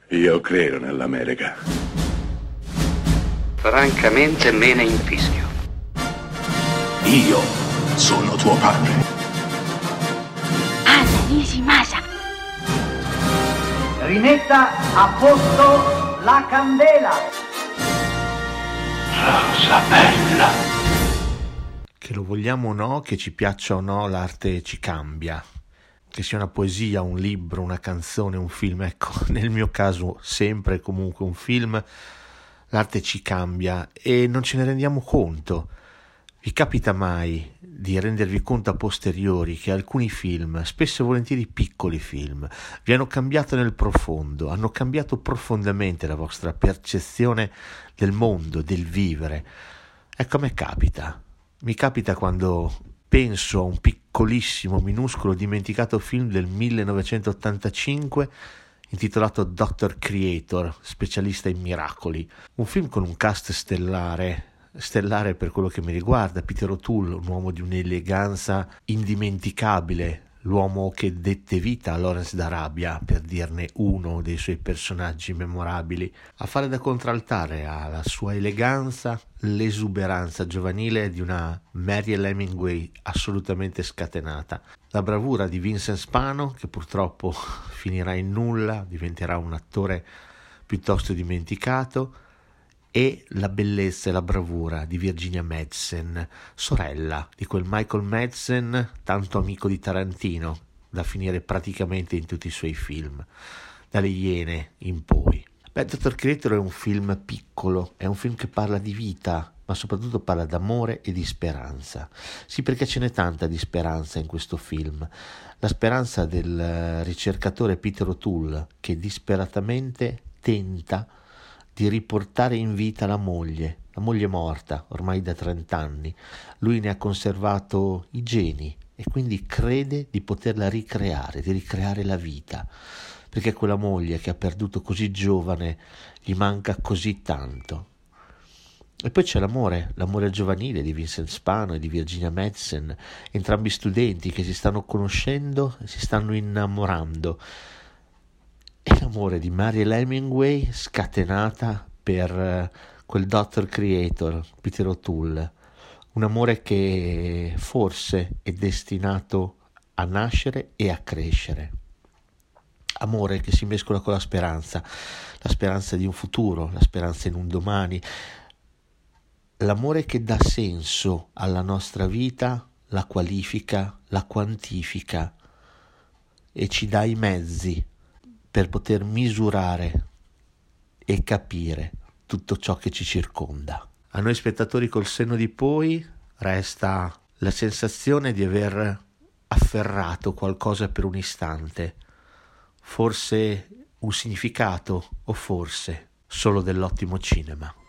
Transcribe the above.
Io credo nell'America. Francamente me ne infischio. Io sono tuo padre. Anna Nishimasa. Rimetta a posto la candela. Rosa bella. Che lo vogliamo o no, che ci piaccia o no, l'arte ci cambia. Che sia una poesia, un libro, una canzone, un film, ecco, nel mio caso sempre e comunque un film, l'arte ci cambia e non ce ne rendiamo conto. Vi capita mai di rendervi conto a posteriori che alcuni film, spesso e volentieri piccoli film, vi hanno cambiato nel profondo, hanno cambiato profondamente la vostra percezione del mondo, del vivere? Ecco, a me capita. Mi capita quando penso a un piccolissimo, minuscolo, dimenticato film del 1985 intitolato Dr. Creator, specialista in miracoli. Un film con un cast stellare per quello che mi riguarda. Peter O'Toole, un uomo di un'eleganza indimenticabile, l'uomo che dette vita a Lawrence d'Arabia, per dirne uno dei suoi personaggi memorabili, a fare da contraltare alla sua eleganza l'esuberanza giovanile di una Mariel Hemingway assolutamente scatenata, la bravura di Vincent Spano, che purtroppo finirà in nulla, diventerà un attore piuttosto dimenticato, e la bellezza e la bravura di Virginia Madsen, sorella di quel Michael Madsen tanto amico di Tarantino, da finire praticamente in tutti i suoi film, dalle Iene in poi. Dr. Creator è un film piccolo, è un film che parla di vita, ma soprattutto parla d'amore e di speranza. Sì, perché ce n'è tanta di speranza in questo film. La speranza del ricercatore Peter O'Toole, che disperatamente tenta di riportare in vita la moglie morta ormai da 30 anni. Lui ne ha conservato i geni e quindi crede di poterla ricreare, di ricreare la vita, perché quella moglie che ha perduto così giovane gli manca così tanto. E poi c'è l'amore giovanile di Vincent Spano e di Virginia Madsen, entrambi studenti che si stanno conoscendo e si stanno innamorando. E l'amore di Mariel Hemingway scatenata per quel Dr. Creator, Peter O'Toole, un amore che forse è destinato a nascere e a crescere. Amore che si mescola con la speranza di un futuro, la speranza in un domani, l'amore che dà senso alla nostra vita, la qualifica, la quantifica e ci dà i mezzi per poter misurare e capire tutto ciò che ci circonda. A noi spettatori col senno di poi resta la sensazione di aver afferrato qualcosa per un istante, forse un significato o forse solo dell'ottimo cinema.